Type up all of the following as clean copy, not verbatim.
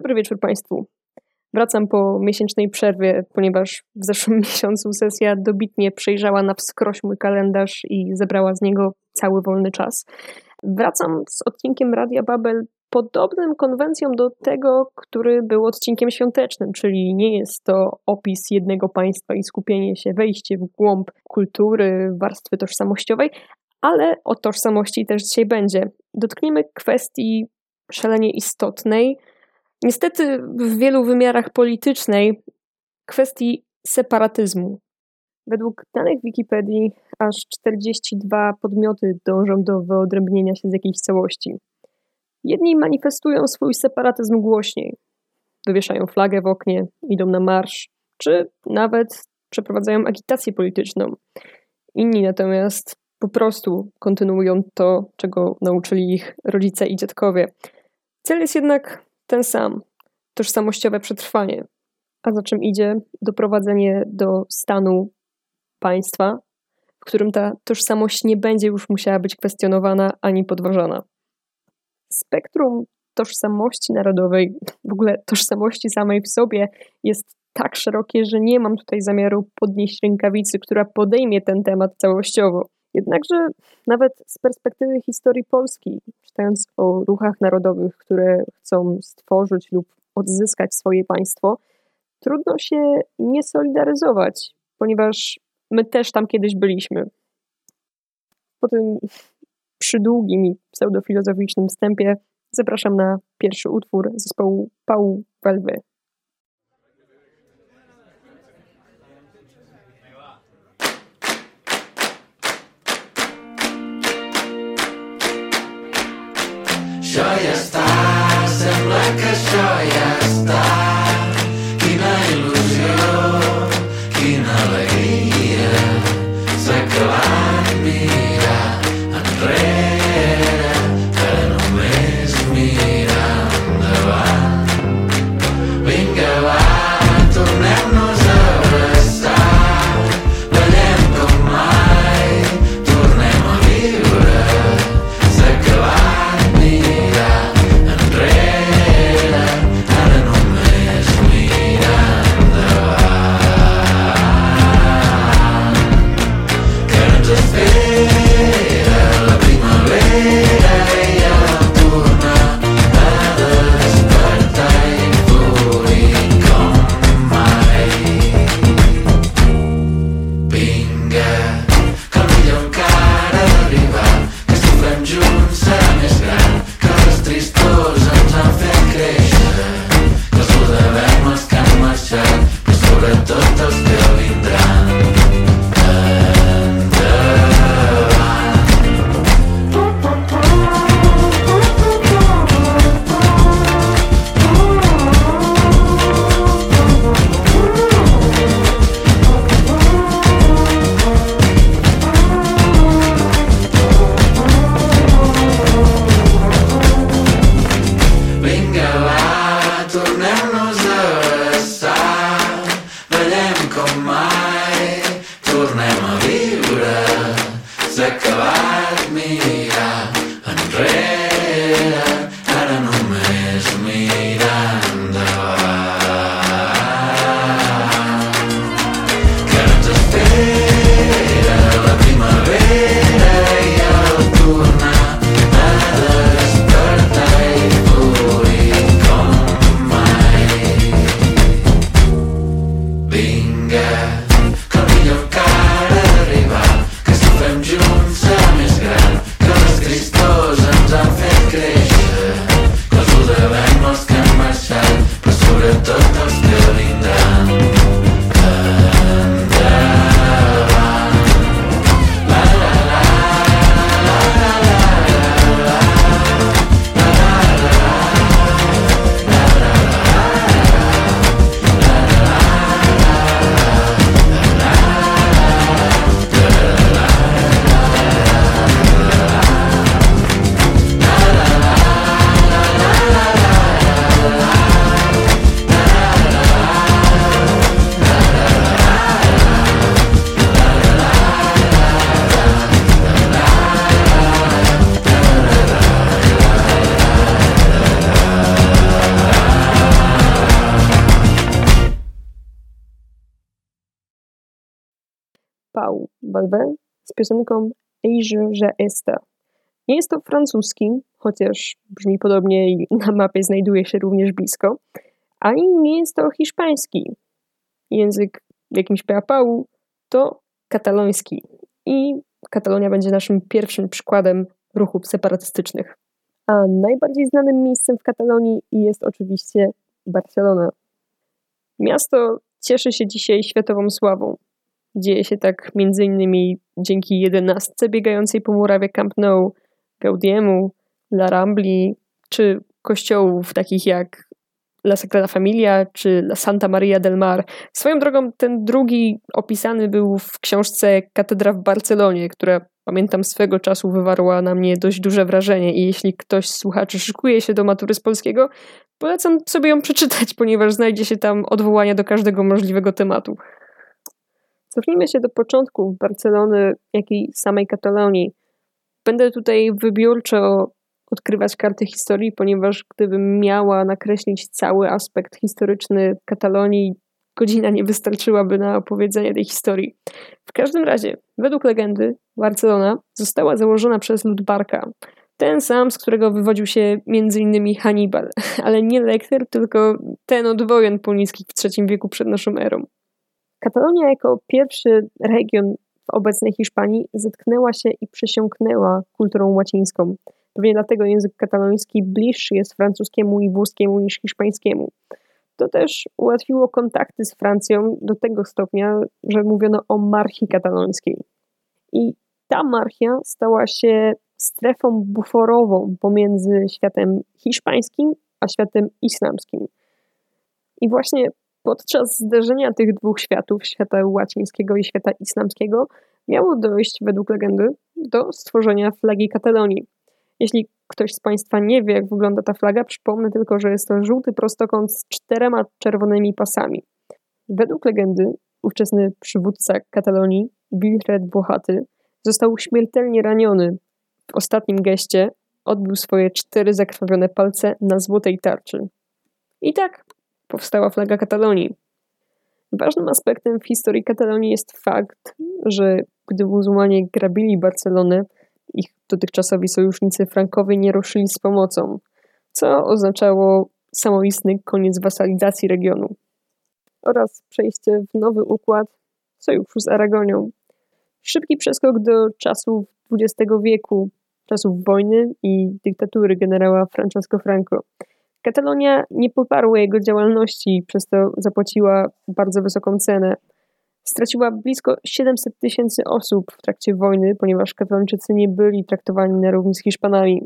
Dobry wieczór Państwu. Wracam po miesięcznej przerwie, ponieważ w zeszłym miesiącu sesja dobitnie przejrzała na wskroś mój kalendarz i zebrała z niego cały wolny czas. Wracam z odcinkiem Radia Babel podobnym konwencjom do tego, który był odcinkiem świątecznym, czyli nie jest to opis jednego państwa i skupienie się, wejście w głąb kultury, warstwy tożsamościowej, ale o tożsamości też dzisiaj będzie. Dotkniemy kwestii szalenie istotnej, niestety w wielu wymiarach politycznej, kwestii separatyzmu. Według danych Wikipedii aż 42 podmioty dążą do wyodrębnienia się z jakiejś całości. Jedni manifestują swój separatyzm głośniej, wywieszają flagę w oknie, idą na marsz, czy nawet przeprowadzają agitację polityczną. Inni natomiast po prostu kontynuują to, czego nauczyli ich rodzice i dziadkowie. Cel jest jednak ten sam – tożsamościowe przetrwanie, a za czym idzie doprowadzenie do stanu państwa, w którym ta tożsamość nie będzie już musiała być kwestionowana ani podważana. Spektrum tożsamości narodowej, w ogóle tożsamości samej w sobie jest tak szerokie, że nie mam tutaj zamiaru podnieść rękawicy, która podejmie ten temat całościowo. Jednakże nawet z perspektywy historii Polski, czytając o ruchach narodowych, które chcą stworzyć lub odzyskać swoje państwo, trudno się nie solidaryzować, ponieważ my też tam kiedyś byliśmy. Po tym przydługim i pseudofilozoficznym wstępie zapraszam na pierwszy utwór zespołu Pau Velvet. Això ja està, sembla que això ja està. Quina il·lusió, quina alegria. S'ha acabat mirar enrere, ara només mirar endavant. Vinga va, tornem-nos a abraçar, ballem com mai, tornem a viure. S'ha acabat mirar enrere, ara només mirar endavant. Que ara ens espera la primavera i el tornar a despertar i florir com mai. Vinga, que el millor encara ha d'arribar, que si ho fem junts serà més gran, que les tristors ens han fet créixer, que els devem els que han marxat, però sobretot els que vindran. Vinga va, tornem-nos a abraçar, ballem com mai, tornem a viure. S'ha acabat mirar enrere, ara només mirar endavant. Que ara ens espera la primavera i el tornar a despertar i florir com mai. Vinga, que el millor encara ha d'arribar, que si ho fem junts serà més gran, que les tristors ens han fet créixer, Balvé z piosenką Eixe że esta. Nie jest to francuski, chociaż brzmi podobnie i na mapie znajduje się również blisko, ani nie jest to hiszpański. Język, w jakim śpiewa Paul, to kataloński i Katalonia będzie naszym pierwszym przykładem ruchów separatystycznych. A najbardziej znanym miejscem w Katalonii jest oczywiście Barcelona. Miasto cieszy się dzisiaj światową sławą. Dzieje się tak m.in. dzięki 11 biegającej po murawie Camp Nou, Gaudiemu, La Rambli, czy kościołów takich jak La Sagrada Familia czy La Santa Maria del Mar. Swoją drogą ten drugi opisany był w książce Katedra w Barcelonie, która pamiętam swego czasu wywarła na mnie dość duże wrażenie i jeśli ktoś z słuchaczy szykuje się do matury z polskiego, polecam sobie ją przeczytać, ponieważ znajdzie się tam odwołania do każdego możliwego tematu. Cofnijmy się do początków Barcelony, jak i samej Katalonii. Będę tutaj wybiórczo odkrywać karty historii, ponieważ gdybym miała nakreślić cały aspekt historyczny Katalonii, godzina nie wystarczyłaby na opowiedzenie tej historii. W każdym razie, według legendy, Barcelona została założona przez lud Barca. Ten sam, z którego wywodził się m.in. Hannibal, ale nie Lecter, tylko ten od wojen punickich w III wieku przed naszą erą. Katalonia jako pierwszy region w obecnej Hiszpanii zetknęła się i przesiąknęła kulturą łacińską. Pewnie dlatego język kataloński bliższy jest francuskiemu i włoskiemu niż hiszpańskiemu. To też ułatwiło kontakty z Francją do tego stopnia, że mówiono o marchii katalońskiej. I ta marchia stała się strefą buforową pomiędzy światem hiszpańskim a światem islamskim. I właśnie podczas zderzenia tych dwóch światów, świata łacińskiego i świata islamskiego, miało dojść, według legendy, do stworzenia flagi Katalonii. Jeśli ktoś z Państwa nie wie, jak wygląda ta flaga, przypomnę tylko, że jest to żółty prostokąt z 4 czerwonymi pasami. Według legendy ówczesny przywódca Katalonii, Wilfred Włochaty, został śmiertelnie raniony. W ostatnim geście odbił swoje 4 zakrwawione palce na złotej tarczy. I tak powstała flaga Katalonii. Ważnym aspektem w historii Katalonii jest fakt, że gdy muzułmanie grabili Barcelonę, ich dotychczasowi sojusznicy frankowie nie ruszyli z pomocą, co oznaczało samoistny koniec wasalizacji regionu oraz przejście w nowy układ sojuszu z Aragonią. Szybki przeskok do czasów XX wieku, czasów wojny i dyktatury generała Francesco Franco. Katalonia nie poparła jego działalności, przez to zapłaciła bardzo wysoką cenę. Straciła blisko 700 000 osób w trakcie wojny, ponieważ Katalończycy nie byli traktowani na równi z Hiszpanami.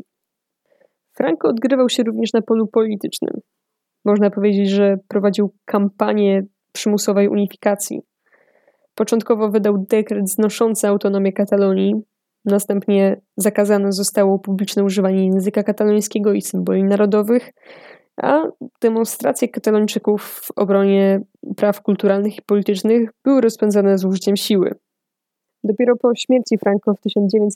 Franco odgrywał się również na polu politycznym. Można powiedzieć, że prowadził kampanię przymusowej unifikacji. Początkowo wydał dekret znoszący autonomię Katalonii, następnie zakazane zostało publiczne używanie języka katalońskiego i symboli narodowych, a demonstracje Katalończyków w obronie praw kulturalnych i politycznych były rozpędzane z użyciem siły. Dopiero po śmierci Franco w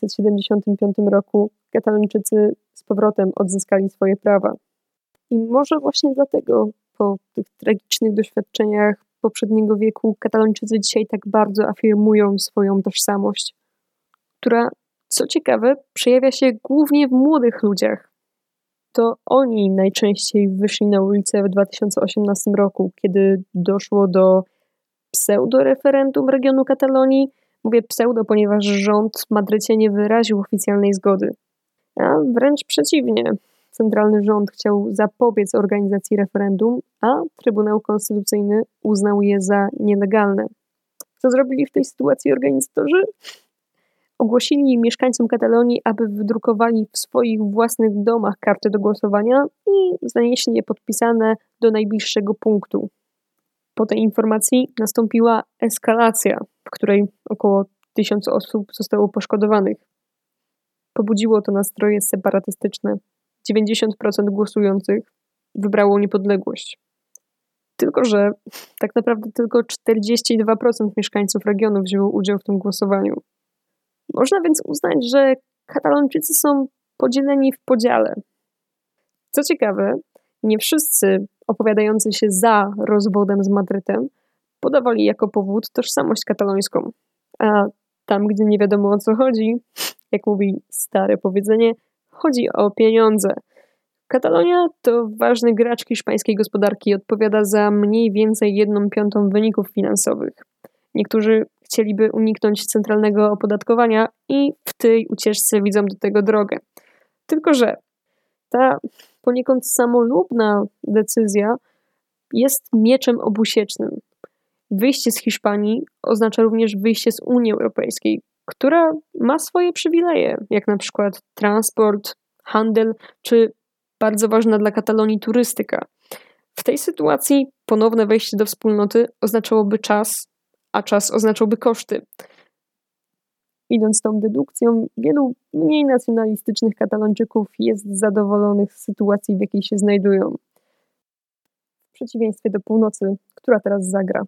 1975 roku Katalończycy z powrotem odzyskali swoje prawa. I może właśnie dlatego po tych tragicznych doświadczeniach poprzedniego wieku Katalończycy dzisiaj tak bardzo afirmują swoją tożsamość, która, co ciekawe, przejawia się głównie w młodych ludziach. To oni najczęściej wyszli na ulicę w 2018 roku, kiedy doszło do pseudo-referendum regionu Katalonii. Mówię pseudo, ponieważ rząd w Madrycie nie wyraził oficjalnej zgody. A wręcz przeciwnie. Centralny rząd chciał zapobiec organizacji referendum, a Trybunał Konstytucyjny uznał je za nielegalne. Co zrobili w tej sytuacji organizatorzy? Ogłosili mieszkańcom Katalonii, aby wydrukowali w swoich własnych domach karty do głosowania i zanieśli je podpisane do najbliższego punktu. Po tej informacji nastąpiła eskalacja, w której około 1000 osób zostało poszkodowanych. Pobudziło to nastroje separatystyczne. 90% głosujących wybrało niepodległość. Tylko że tak naprawdę tylko 42% mieszkańców regionu wzięło udział w tym głosowaniu. Można więc uznać, że Katalończycy są podzieleni w podziale. Co ciekawe, nie wszyscy opowiadający się za rozwodem z Madrytem podawali jako powód tożsamość katalońską. A tam, gdzie nie wiadomo o co chodzi, jak mówi stare powiedzenie, chodzi o pieniądze. Katalonia to ważny gracz hiszpańskiej gospodarki i odpowiada za mniej więcej 1/5 wyników finansowych. Niektórzy chcieliby uniknąć centralnego opodatkowania i w tej ucieczce widzą do tego drogę. Tylko że ta poniekąd samolubna decyzja jest mieczem obusiecznym. Wyjście z Hiszpanii oznacza również wyjście z Unii Europejskiej, która ma swoje przywileje, jak na przykład transport, handel czy bardzo ważna dla Katalonii turystyka. W tej sytuacji ponowne wejście do wspólnoty oznaczałoby czas, a czas oznaczałby koszty. Idąc tą dedukcją, wielu mniej nacjonalistycznych Katalończyków jest zadowolonych z sytuacji, w jakiej się znajdują. W przeciwieństwie do północy, która teraz zagra.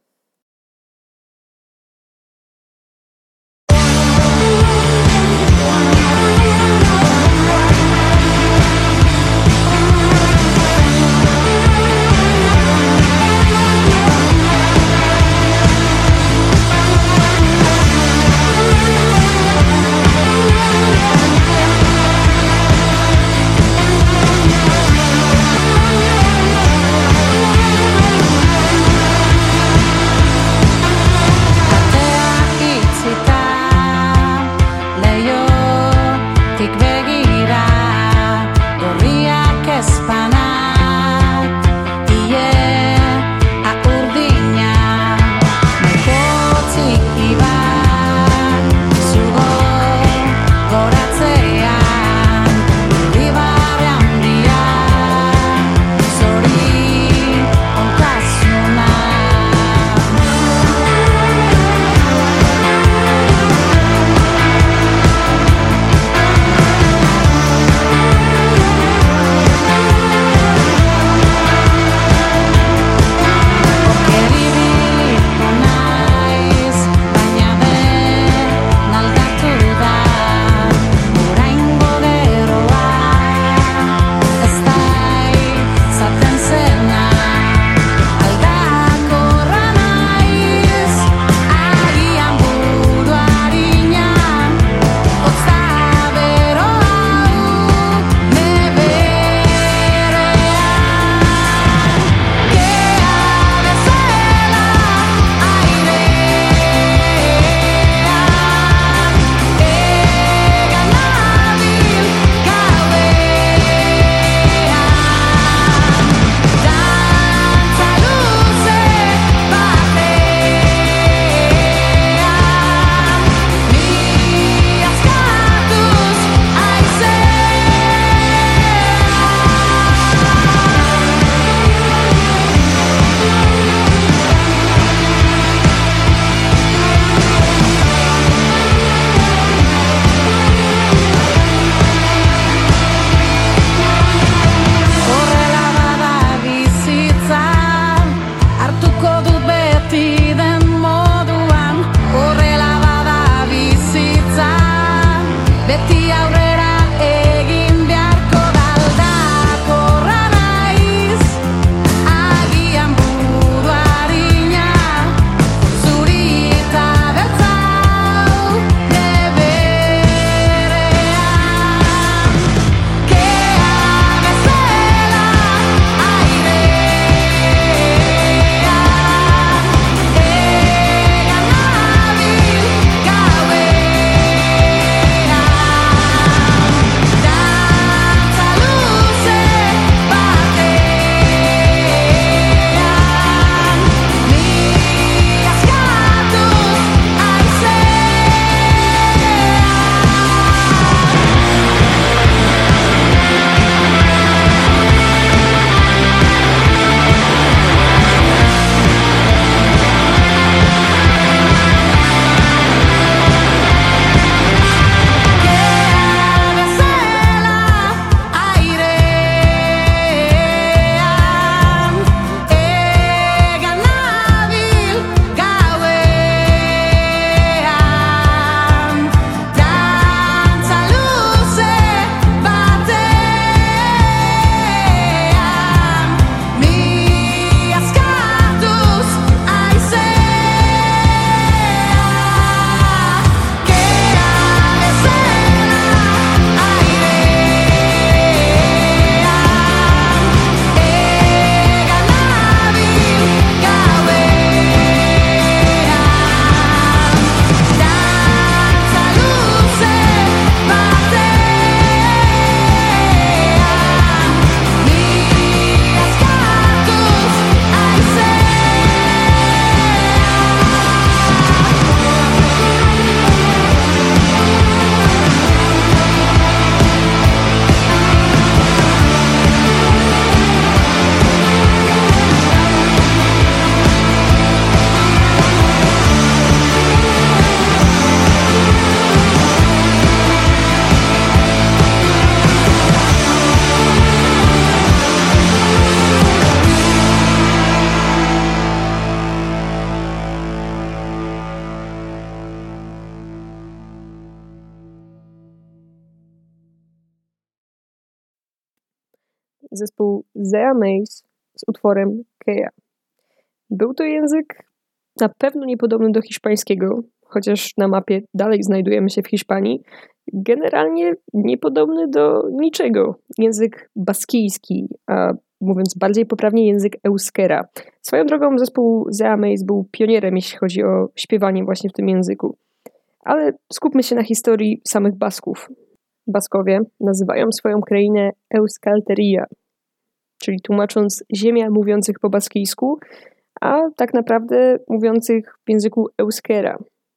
zespół Zeamays z utworem Keja. Był to język na pewno niepodobny do hiszpańskiego, chociaż na mapie dalej znajdujemy się w Hiszpanii. Generalnie niepodobny do niczego. Język baskijski, a mówiąc bardziej poprawnie język euskera. Swoją drogą zespół Zeamays był pionierem, jeśli chodzi o śpiewanie właśnie w tym języku. Ale skupmy się na historii samych Basków. Baskowie nazywają swoją krainę Euskalteria, czyli tłumacząc ziemia mówiących po baskijsku, a tak naprawdę mówiących w języku euskera.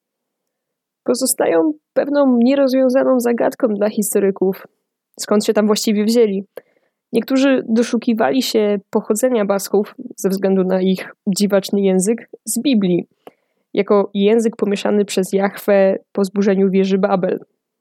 Pozostają pewną nierozwiązaną zagadką dla historyków, skąd się tam właściwie wzięli. Niektórzy doszukiwali się pochodzenia Basków ze względu na ich dziwaczny język z Biblii, jako język pomieszany przez Jahwe po zburzeniu wieży Babel.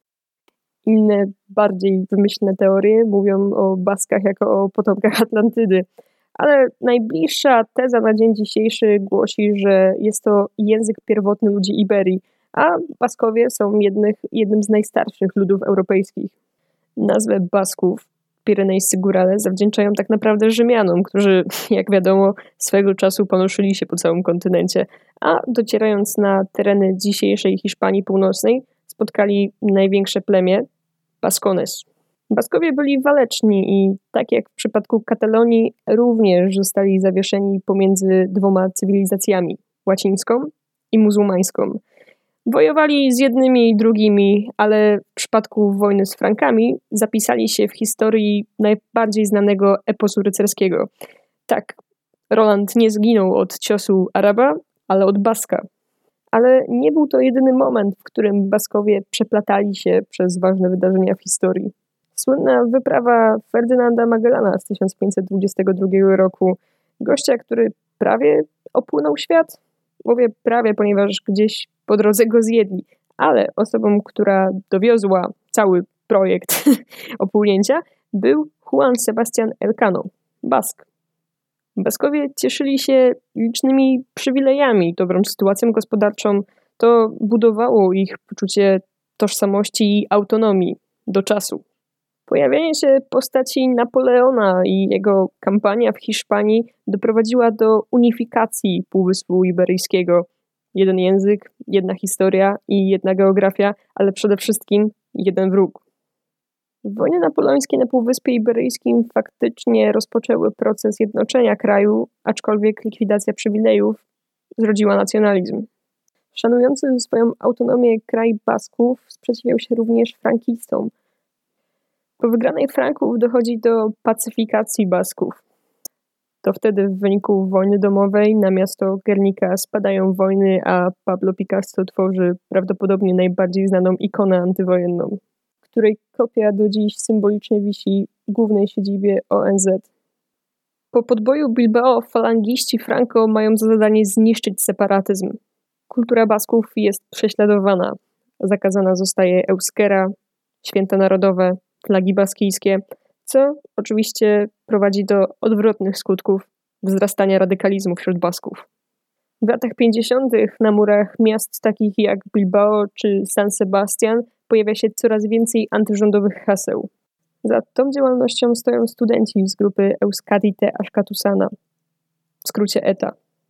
Inne, bardziej wymyślne teorie mówią o Baskach jako o potomkach Atlantydy, ale najbliższa teza na dzień dzisiejszy głosi, że jest to język pierwotny ludzi Iberii, a Baskowie są jednym z najstarszych ludów europejskich. Nazwę Basków, Pirenejscy Górale, zawdzięczają tak naprawdę Rzymianom, którzy, jak wiadomo, swego czasu panoszyli się po całym kontynencie, a docierając na tereny dzisiejszej Hiszpanii Północnej, spotkali największe plemię, Baskones. Baskowie byli waleczni i tak jak w przypadku Katalonii również zostali zawieszeni pomiędzy dwoma cywilizacjami, łacińską i muzułmańską. Wojowali z jednymi i drugimi, ale w przypadku wojny z Frankami zapisali się w historii najbardziej znanego eposu rycerskiego. Tak, Roland nie zginął od ciosu Araba, ale od Baska. Ale nie był to jedyny moment, w którym Baskowie przeplatali się przez ważne wydarzenia w historii. Słynna wyprawa Ferdynanda Magellana z 1522 roku, gościa, który prawie opłynął świat. Mówię prawie, ponieważ gdzieś po drodze go zjedli, ale osobą, która dowiozła cały projekt opłynięcia, był Juan Sebastián Elcano, Bask. Baskowie cieszyli się licznymi przywilejami, dobrą sytuacją gospodarczą. To budowało ich poczucie tożsamości i autonomii do czasu. Pojawienie się postaci Napoleona i jego kampania w Hiszpanii doprowadziła do unifikacji Półwyspu Iberyjskiego. Jeden język, jedna historia i jedna geografia, ale przede wszystkim jeden wróg. Wojny napoleońskie na Półwyspie Iberyjskim faktycznie rozpoczęły proces jednoczenia kraju, aczkolwiek likwidacja przywilejów zrodziła nacjonalizm. Szanujący swoją autonomię kraj Basków sprzeciwiał się również frankistom. Po wygranej Franków dochodzi do pacyfikacji Basków. To wtedy w wyniku wojny domowej na miasto Guernica spadają wojny, a Pablo Picasso tworzy prawdopodobnie najbardziej znaną ikonę antywojenną, której kopia do dziś symbolicznie wisi w głównej siedzibie ONZ. Po podboju Bilbao falangiści Franco mają za zadanie zniszczyć separatyzm. Kultura Basków jest prześladowana. Zakazana zostaje euskera, święta narodowe, flagi baskijskie, co oczywiście prowadzi do odwrotnych skutków wzrastania radykalizmu wśród Basków. W latach 50. na murach miast takich jak Bilbao czy San Sebastian pojawia się coraz więcej antyrządowych haseł. Za tą działalnością stoją studenci z grupy Euskadi te Aşkatusana, w skrócie ETA.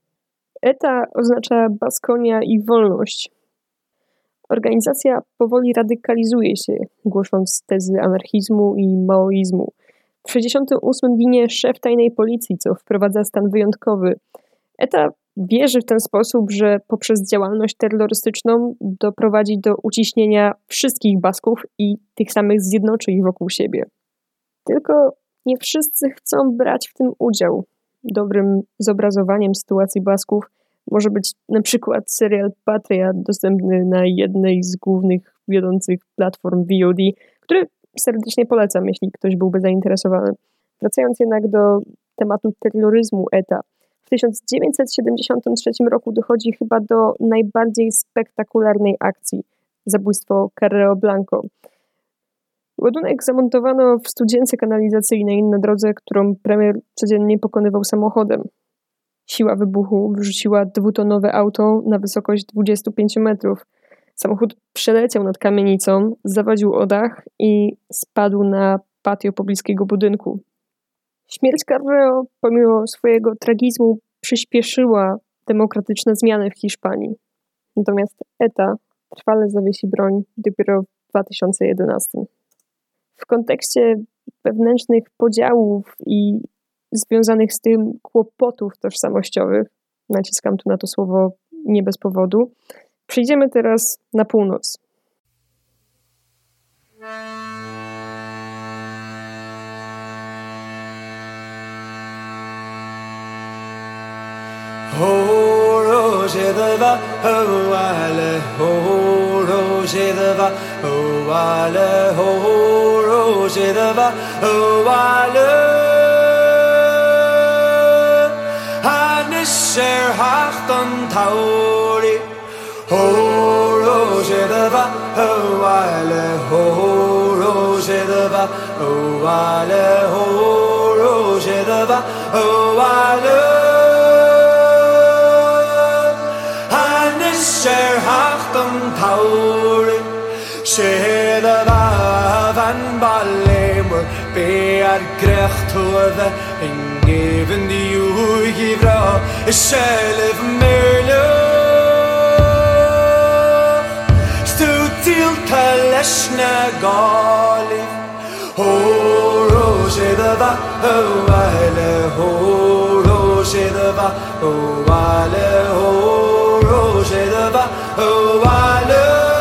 ETA oznacza Baskonia i wolność. Organizacja powoli radykalizuje się, głosząc tezy anarchizmu i maoizmu. W 1968 ginie szef tajnej policji, co wprowadza stan wyjątkowy. ETA wierzy w ten sposób, że poprzez działalność terrorystyczną doprowadzi do uciśnienia wszystkich Basków i tych samych zjednoczy ich wokół siebie. Tylko nie wszyscy chcą brać w tym udział. Dobrym zobrazowaniem sytuacji Basków może być na przykład serial Patria, dostępny na jednej z głównych wiodących platform VOD, który serdecznie polecam, jeśli ktoś byłby zainteresowany. Wracając jednak do tematu terroryzmu ETA. W 1973 roku dochodzi chyba do najbardziej spektakularnej akcji – zabójstwo Carrero Blanco. Ładunek zamontowano w studzience kanalizacyjnej na drodze, którą premier codziennie pokonywał samochodem. Siła wybuchu wyrzuciła dwutonowe auto na wysokość 25 metrów. Samochód przeleciał nad kamienicą, zawadził o dach i spadł na patio pobliskiego budynku. Śmierć Carrero, pomimo swojego tragizmu, przyspieszyła demokratyczne zmiany w Hiszpanii. Natomiast ETA trwale zawiesi broń dopiero w 2011. W kontekście wewnętrznych podziałów i związanych z tym kłopotów tożsamościowych, naciskam tu na to słowo nie bez powodu, przejdziemy teraz na północ. Roger de va, oh ale, Roger de va, oh ale, Roger de va, oh ale. Hannes hachten tauri, Roger de va, oh ale, Roger de va, oh ale, Roger de va, oh ale. Tauri sé a van ballémur be grechtúve in geven die uigibra self merle Stutil kalesna gali ho roje de va ho ale ho roje de va ho ale ho roje de va ho ale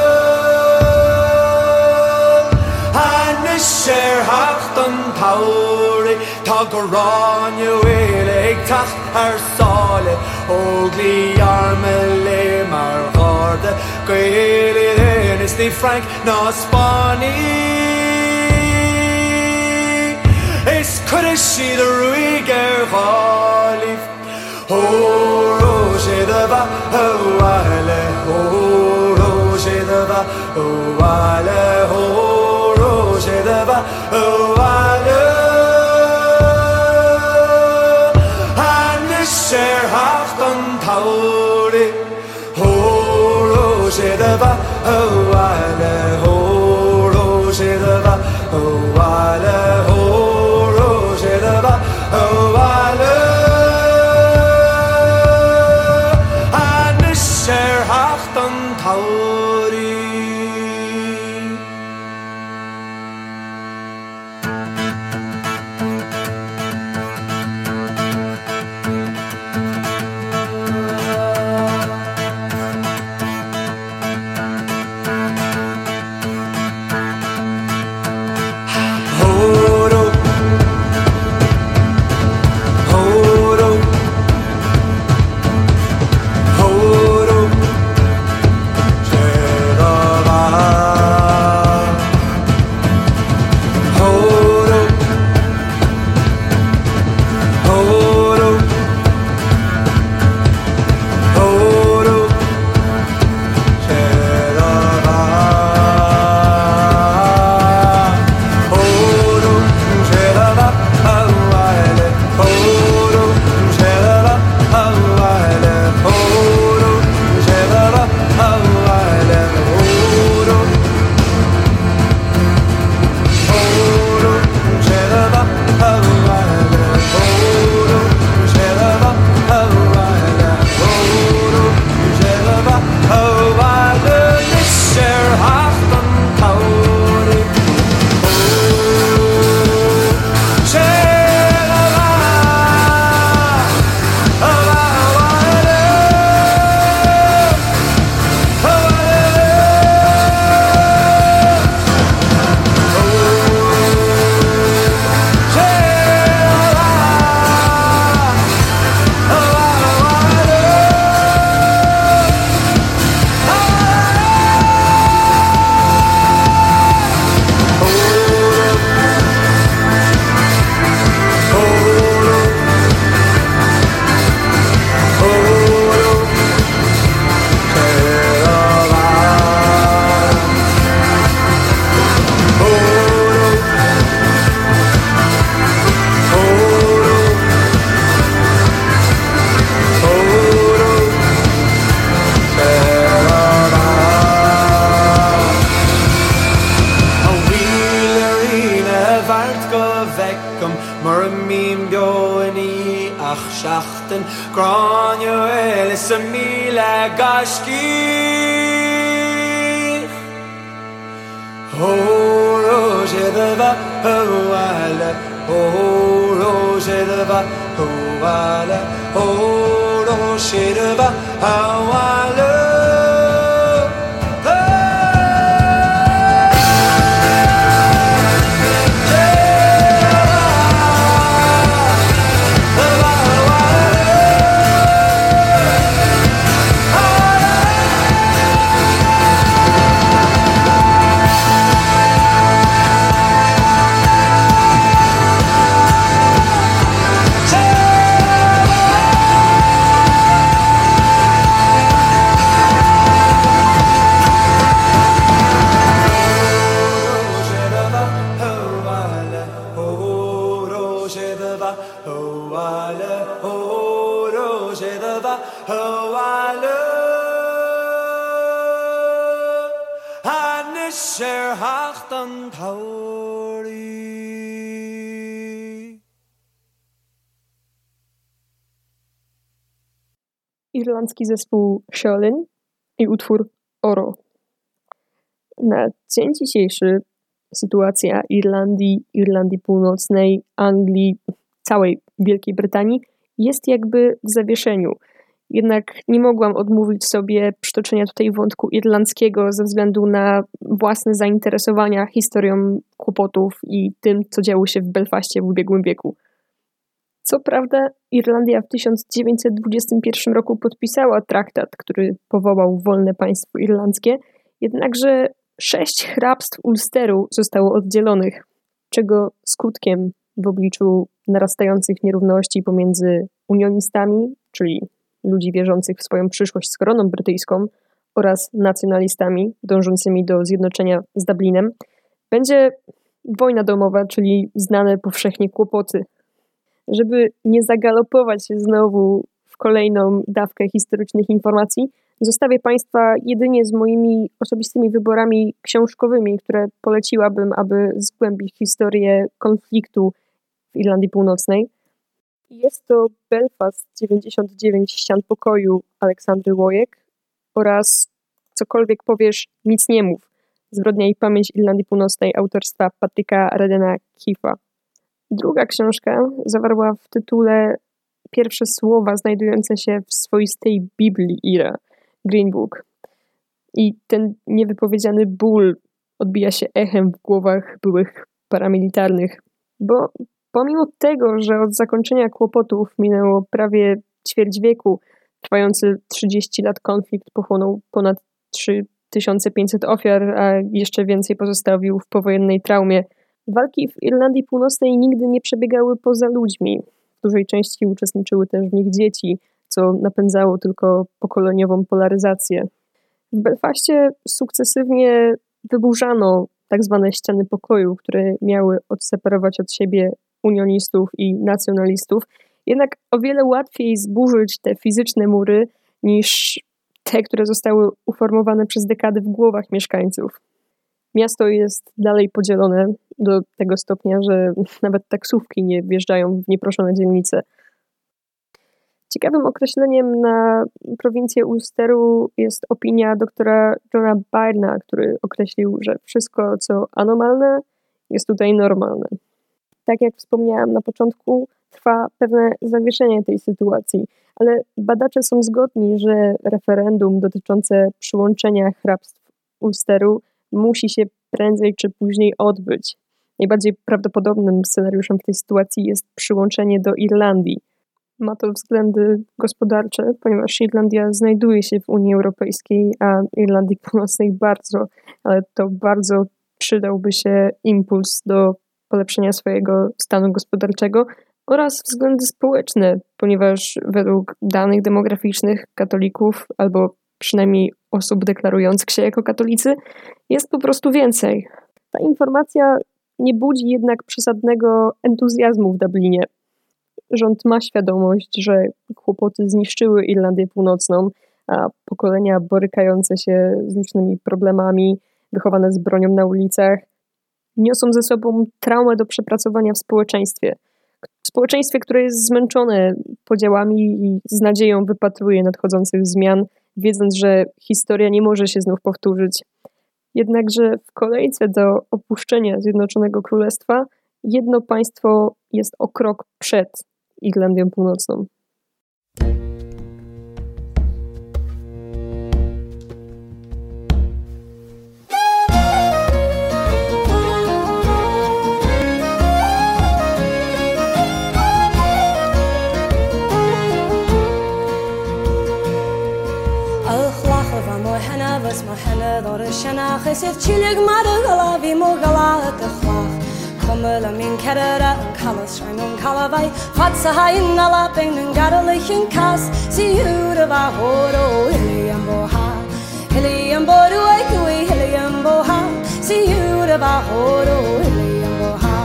Tauri, Tagaranya Willig Tacht Ar Sale, Ogli Armele Mar Garde, Gaeli Dennis the Frank Naspani. Es Kudishi the Ruiger Valif, Ho Roger the Va, Ho Ale, Ho Roger the Va, Ho Ale, Ho Roger the Va, Ho Ale. Tauri, ho roje de va, ho ale, ho roje de va, ho ale, ho roje de va, ho ale. Anisher hachtan tauri. Oh Beckham Murmim Bjorni Ach Schachten Granio Elisa Mila Gashki Oh, Roger de va, oh, ala, oh, Roger de va, oh, ala, oh, Roger de va, oh, ala. Irlandzki zespół Sheolin i utwór Oro. Na dzień dzisiejszy sytuacja Irlandii Północnej, Anglii, całej Wielkiej Brytanii jest jakby w zawieszeniu. Jednak nie mogłam odmówić sobie przytoczenia tutaj wątku irlandzkiego ze względu na własne zainteresowania historią kłopotów i tym, co działo się w Belfaście w ubiegłym wieku. Co prawda Irlandia w 1921 roku podpisała traktat, który powołał wolne państwo irlandzkie, jednakże 6 hrabstw Ulsteru zostało oddzielonych, czego skutkiem w obliczu narastających nierówności pomiędzy unionistami, czyli ludzi wierzących w swoją przyszłość z koroną brytyjską, oraz nacjonalistami dążącymi do zjednoczenia z Dublinem, będzie wojna domowa, czyli znane powszechnie kłopoty. Żeby nie zagalopować się znowu w kolejną dawkę historycznych informacji, zostawię Państwa jedynie z moimi osobistymi wyborami książkowymi, które poleciłabym, aby zgłębić historię konfliktu w Irlandii Północnej. Jest to Belfast 99 ścian pokoju Aleksandry Łojek oraz Cokolwiek powiesz, nic nie mów. Zbrodnia i pamięć Irlandii Północnej autorstwa Patryka Redena Keefa. Druga książka zawarła w tytule pierwsze słowa znajdujące się w swoistej Biblii Ira, Green Book. I ten niewypowiedziany ból odbija się echem w głowach byłych paramilitarnych, bo pomimo tego, że od zakończenia kłopotów minęło prawie ćwierć wieku, trwający 30 lat konflikt pochłonął ponad 3500 ofiar, a jeszcze więcej pozostawił w powojennej traumie. Walki w Irlandii Północnej nigdy nie przebiegały poza ludźmi. W dużej części uczestniczyły też w nich dzieci, co napędzało tylko pokoleniową polaryzację. W Belfaście sukcesywnie wyburzano tak zwane ściany pokoju, które miały odseparować od siebie unionistów i nacjonalistów. Jednak o wiele łatwiej zburzyć te fizyczne mury niż te, które zostały uformowane przez dekady w głowach mieszkańców. Miasto jest dalej podzielone do tego stopnia, że nawet taksówki nie wjeżdżają w nieproszone dzielnice. Ciekawym określeniem na prowincję Ulsteru jest opinia doktora Johna Byrna, który określił, że wszystko, co anormalne, jest tutaj normalne. Tak jak wspomniałam na początku, trwa pewne zawieszenie tej sytuacji, ale badacze są zgodni, że referendum dotyczące przyłączenia hrabstw Ulsteru musi się prędzej czy później odbyć. Najbardziej prawdopodobnym scenariuszem w tej sytuacji jest przyłączenie do Irlandii. Ma to względy gospodarcze, ponieważ Irlandia znajduje się w Unii Europejskiej, a Irlandii Północnej bardzo, ale to bardzo przydałby się impuls do polepszenia swojego stanu gospodarczego oraz względy społeczne, ponieważ według danych demograficznych katolików albo przynajmniej osób deklarujących się jako katolicy jest po prostu więcej. Ta informacja nie budzi jednak przesadnego entuzjazmu w Dublinie. Rząd ma świadomość, że kłopoty zniszczyły Irlandię Północną, a pokolenia borykające się z licznymi problemami, wychowane z bronią na ulicach, niosą ze sobą traumę do przepracowania w społeczeństwie. W społeczeństwie, które jest zmęczone podziałami i z nadzieją wypatruje nadchodzących zmian, wiedząc, że historia nie może się znów powtórzyć. Jednakże w kolejce do opuszczenia Zjednoczonego Królestwa jedno państwo jest o krok przed Irlandią Północną. Sydd chilig mar y gala fi mo gala y dychlach Cwmyl am un cerera yn calas rhain o'n calafai Fat sa hain na laping yn gadal eich yn cas Si yw'r y fa hor o hili am bo ha Hili am bo rwy gwy hili am bo ha Si yw'r y fa hor o hili am bo ha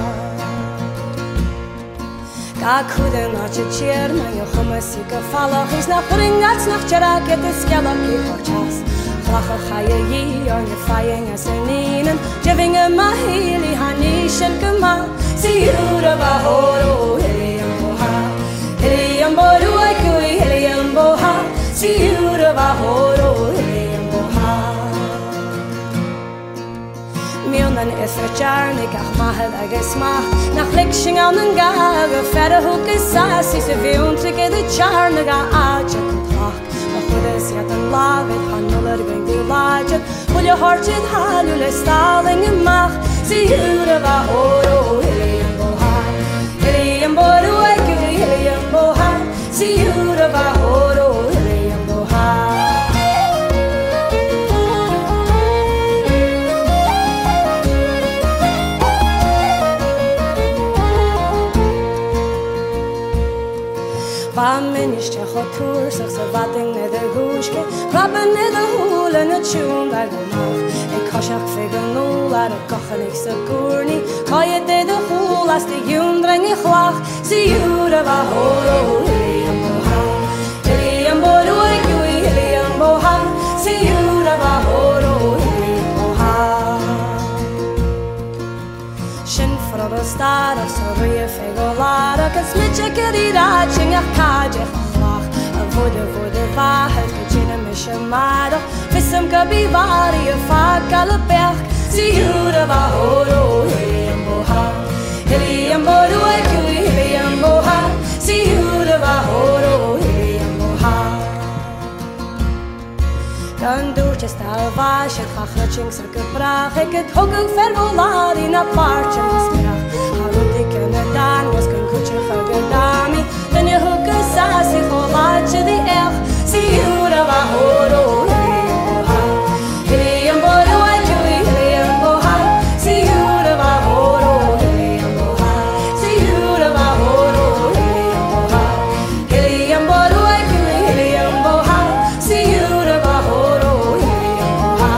Ga cwydyn a chi'r mae'n yw chwmys i gyffalach Is na chwringat nach jarag et ysgelach i chwch chas Lach a chaya yi on your flying as an in Jiving a mahili hani shen kama Si yura ba horo hili amboha Hili amboru ai kui hili amboha Si yura ba horo hili amboha Mionan isra jarni gach mahad agus mach Nach liksing an an gaga Fera hook is sassy Se vion trike de charna ga aja kutlach Chwydys iad yn lafyd hanol yr gyn di lajad Wylio hortid halw le staling y mach Si yw'r y fa hor o hili yn boha Hili yn bor o egw hili yn boha Si yw'r y fa hor o hili yn boha Ba minister chotŵr sa'ch sa fading nid y hwysge Raben nid y hwl yn y tiwn dag o mawr E cosiach ffig yn nôl ar y gochan eich sa gwrni Coed nid y hwl as dy yw'n dreng i chlach Si yw'r y fa hor o hili yn boha Hili yn bor o egw i hili yn boha Si yw'r y fa hor o hili yn boha Sin ffrod o star o sa rwy y ffig o lar Ac yn smidja gyda rajing a'ch cadich Fod y fahad gydyn y mysio marach Fysym gybi fari y ffag gael y bech Si yw'r y fa hor o hili yn boha Hili yn bor o egw i hili yn boha Si yw'r y fa hor o hili yn boha Gan dŵr just al fas y chachraching sa gybrach E gyd hwgwg ferfolar i na part yn ysmirach Harwdig yn y dan was gan cwtioch ag y dami Dyn y hwgwg sas i cholad y di ech Si yw'r y fa hor o hili yn boha Hili yn bor o egw i hili yn boha Si yw'r y fa hor o hili yn boha Si yw'r y fa hor o hili yn boha Hili yn bor o egw i hili yn boha Si yw'r y fa hor o hili yn boha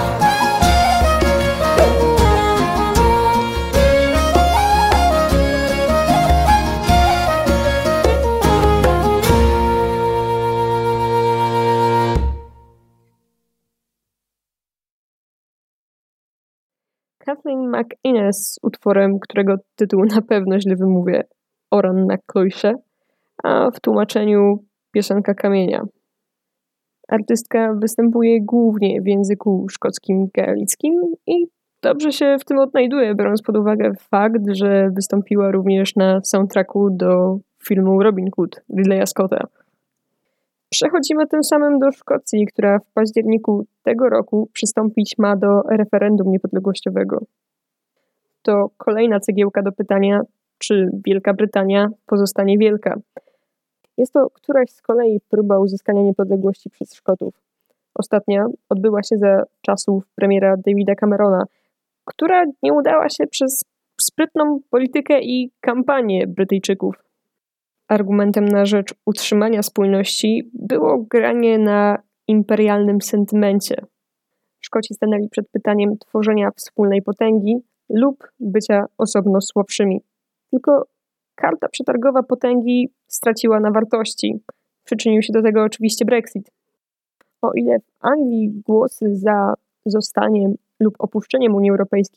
Kathleen McInnes z utworem, którego tytuł na pewno źle wymówię, Oran na Cloisze, a w tłumaczeniu Piosenka Kamienia. Artystka występuje głównie w języku szkockim gaelickim i dobrze się w tym odnajduje, biorąc pod uwagę fakt, że wystąpiła również na soundtracku do filmu Robin Hood Ridleya Scotta. Przechodzimy tym samym do Szkocji, która w październiku tego roku przystąpić ma do referendum niepodległościowego. To kolejna cegiełka do pytania, czy Wielka Brytania pozostanie wielka. Jest to któraś z kolei próba uzyskania niepodległości przez Szkotów. Ostatnia odbyła się za czasów premiera Davida Camerona, która nie udała się przez sprytną politykę i kampanię Brytyjczyków. Argumentem na rzecz utrzymania spójności było granie na imperialnym sentymencie. Szkoci stanęli przed pytaniem tworzenia wspólnej potęgi lub bycia osobno słabszymi. Tylko karta przetargowa potęgi straciła na wartości. Przyczynił się do tego oczywiście Brexit. O ile w Anglii głosy za zostaniem lub opuszczeniem Unii Europejskiej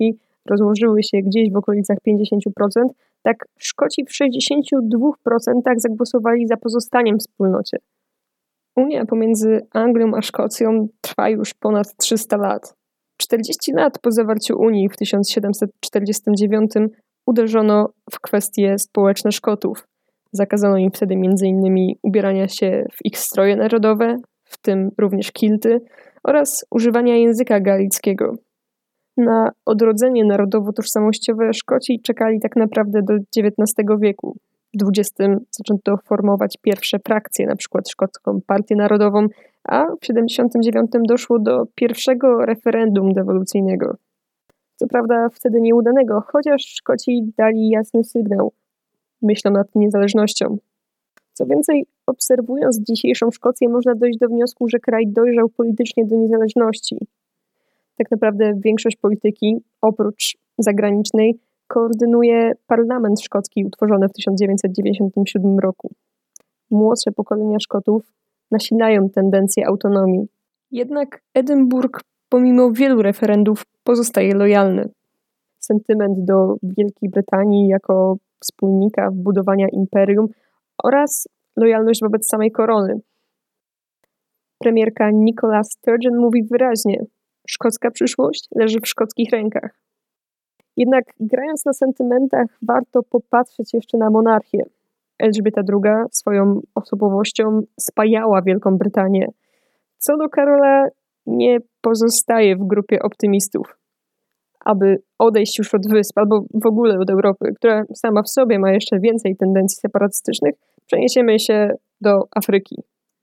rozłożyły się gdzieś w okolicach 50%, tak Szkoci w 62% zagłosowali za pozostaniem w wspólnocie. Unia pomiędzy Anglią a Szkocją trwa już ponad 300 lat. 40 lat po zawarciu Unii w 1749 uderzono w kwestie społeczne Szkotów. Zakazano im wtedy m.in. ubierania się w ich stroje narodowe, w tym również kilty, oraz używania języka galickiego. Na odrodzenie narodowo-tożsamościowe Szkoci czekali tak naprawdę do XIX wieku. W XX zaczęto formować pierwsze frakcje, np. Szkocką Partię Narodową, a w 79 doszło do pierwszego referendum dewolucyjnego. Co prawda wtedy nieudanego, chociaż Szkoci dali jasny sygnał. Myślą nad niezależnością. Co więcej, obserwując dzisiejszą Szkocję, można dojść do wniosku, że kraj dojrzał politycznie do niezależności. Tak naprawdę większość polityki, oprócz zagranicznej, koordynuje parlament szkocki utworzony w 1997 roku. Młodsze pokolenia Szkotów nasilają tendencję autonomii. Jednak Edynburg, pomimo wielu referendów, pozostaje lojalny. Sentyment do Wielkiej Brytanii jako wspólnika w budowaniu imperium oraz lojalność wobec samej korony. Premierka Nicola Sturgeon mówi wyraźnie: szkocka przyszłość leży w szkockich rękach. Jednak grając na sentymentach, warto popatrzeć jeszcze na monarchię. Elżbieta II swoją osobowością spajała Wielką Brytanię. Co do Karola, nie pozostaje w grupie optymistów. Aby odejść już od wysp albo w ogóle od Europy, która sama w sobie ma jeszcze więcej tendencji separatystycznych, przeniesiemy się do Afryki.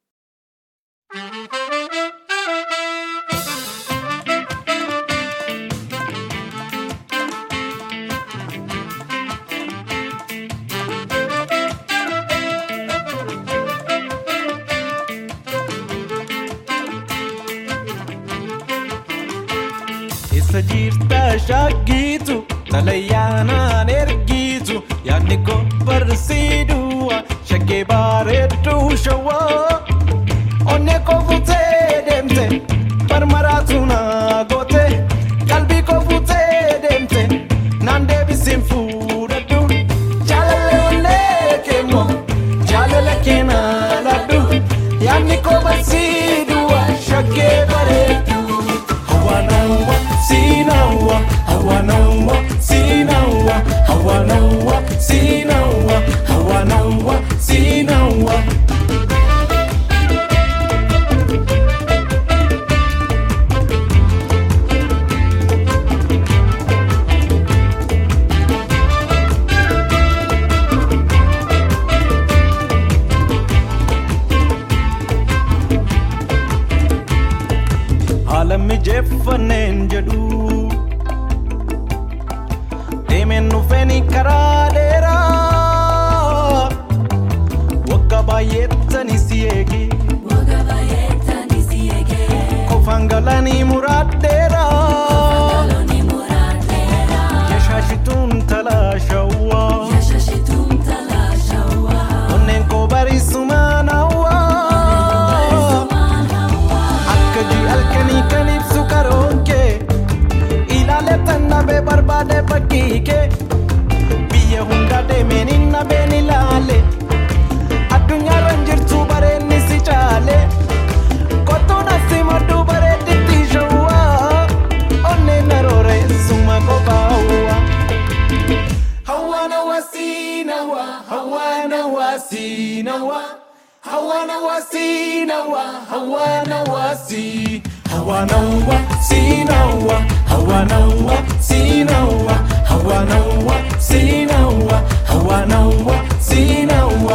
Sajirta shagitu talayana nergitu yani ko parsidua shage baretu shawa onne ko fute demte parmaratuna gote kalbi ko fute demte nande bisim furadu jalale onne kemo jalale kenaladu yani ko parsidua shage baretu hawanawa Sinawa, Hawanawa, Sinawa, Hawanawa, Sinawa, Hawanawa, Sinawa. Alam jefanen jadu Temen ufeni karadera Wakabayeta nisiege Kofangalani muradera Yashashitun talashawa Onenko barisumanawa Akkaji alkani kanip sukaronke Ilale tanna be barbade pakike Biye hunda de meninna benilale Adunya ranjirtu bare nisi chale Koto nasima du bare titi shawa Onne narore suma kobawa Hawana wasinawa, hawana wasinawa Hawana wasinawa, hawana wasi Hawanawa, Sinawa, Hawanawa, Sinawa, Hawanawa, Sinawa, Hawanawa, Sinawa.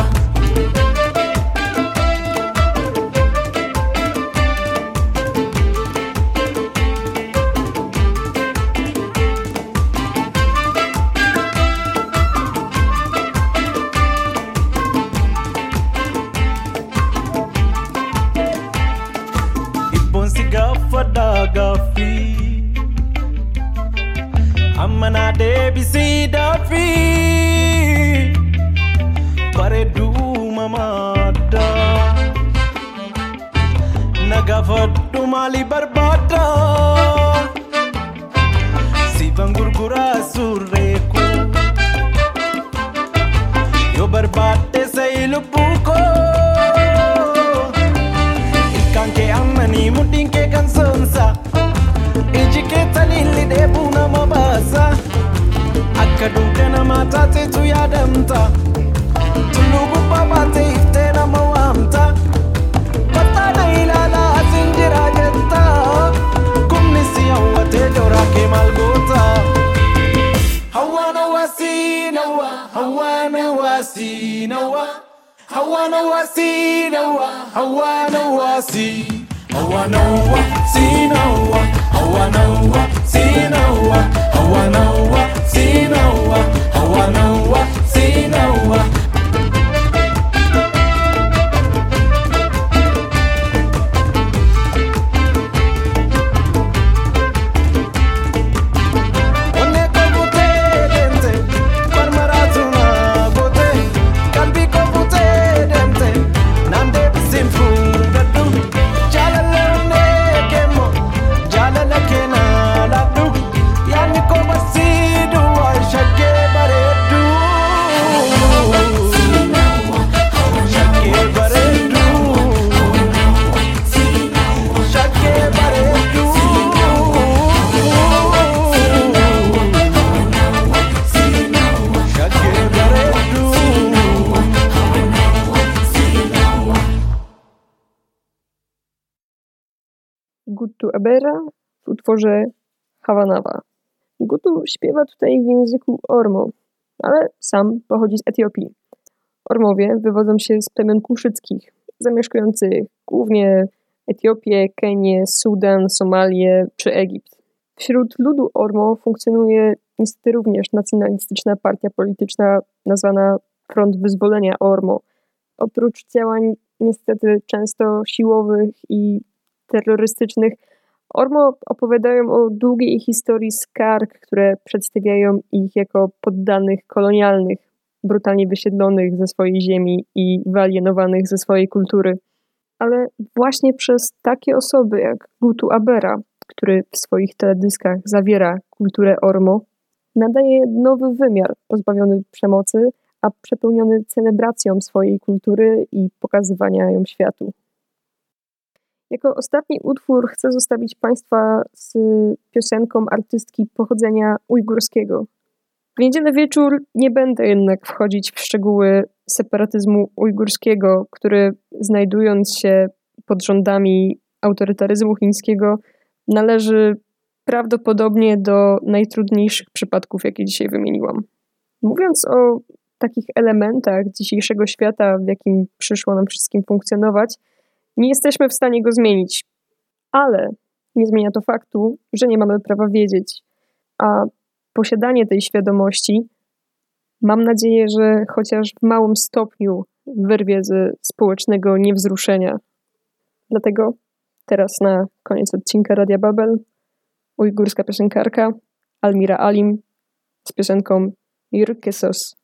Amana debisi dafi Paredu mamada Nagafadu mali barbada Si dhibban gurguraa surree koo yoo barbaadde sa'i lubbuu koo ilkaan kee ammanii mudhiin kee kan soomsa iji kee taliilli dheebuu nama baasa akka duuka namaa taateetu yaadamta tulluu gubbaa baatee iftee nama waamta battaana ilaalaa asin jira jetta kumni si hawwatee jooraa kee maal goota hawaana wasiinawa hawaana wasiinawa hawaana wasiinawa hawaana wasi hawaana wasiinawa hawaana wasiinawa hawaana wasiinawa hawaana wasiinawa Gutu Abera w utworze Hawanawa. Gutu śpiewa tutaj w języku Ormo, ale sam pochodzi z Etiopii. Ormowie wywodzą się z plemion kuszyckich, zamieszkujących głównie Etiopię, Kenię, Sudan, Somalię czy Egipt. Wśród ludu Ormo funkcjonuje niestety również nacjonalistyczna partia polityczna nazwana Front Wyzwolenia Ormo. Oprócz działań niestety często siłowych i terrorystycznych, Ormo opowiadają o długiej historii skarg, które przedstawiają ich jako poddanych kolonialnych, brutalnie wysiedlonych ze swojej ziemi i wyalienowanych ze swojej kultury. Ale właśnie przez takie osoby jak Gutu Abera, który w swoich teledyskach zawiera kulturę Ormo, nadaje nowy wymiar pozbawiony przemocy, a przepełniony celebracją swojej kultury i pokazywania ją światu. Jako ostatni utwór chcę zostawić Państwa z piosenką artystki pochodzenia ujgurskiego. W niedzielę wieczór nie będę jednak wchodzić w szczegóły separatyzmu ujgurskiego, który znajdując się pod rządami autorytaryzmu chińskiego należy prawdopodobnie do najtrudniejszych przypadków, jakie dzisiaj wymieniłam. Mówiąc o takich elementach dzisiejszego świata, w jakim przyszło nam wszystkim funkcjonować, nie jesteśmy w stanie go zmienić, ale nie zmienia to faktu, że nie mamy prawa wiedzieć, a posiadanie tej świadomości mam nadzieję, że chociaż w małym stopniu wyrwie ze społecznego niewzruszenia. Dlatego teraz na koniec odcinka Radia Babel ujgurska piosenkarka Almira Alim z piosenką Yirkesos.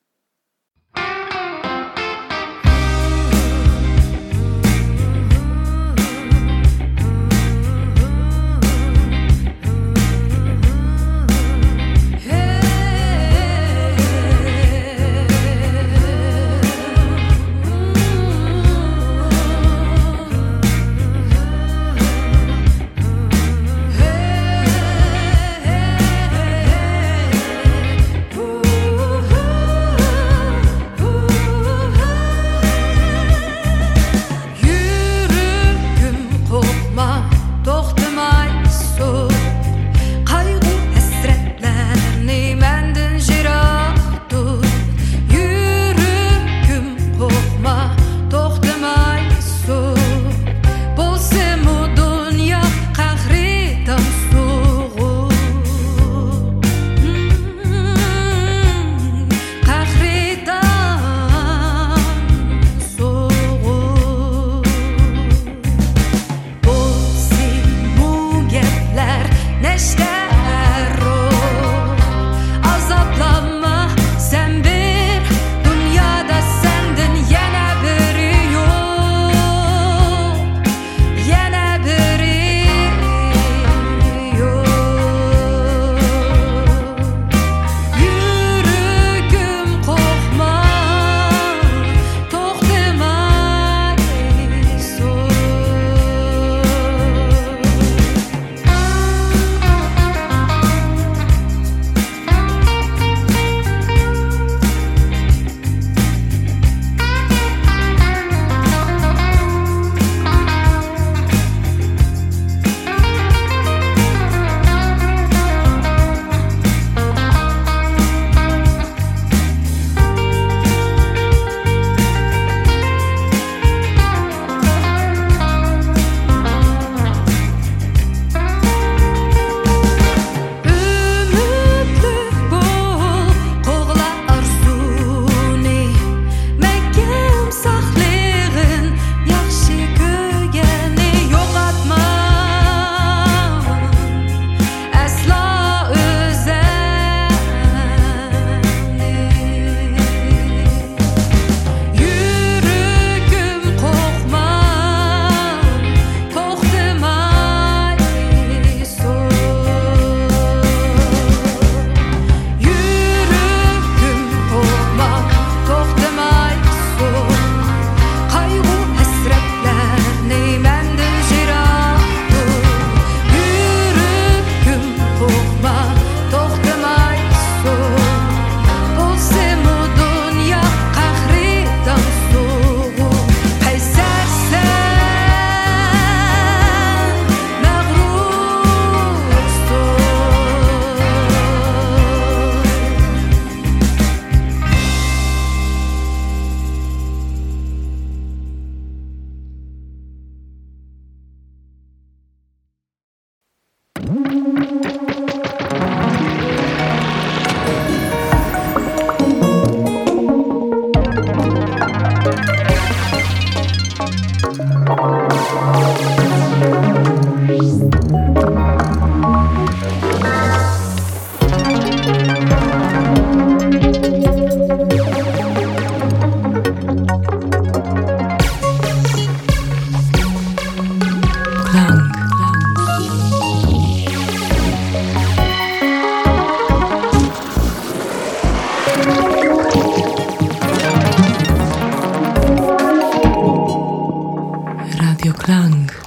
klang.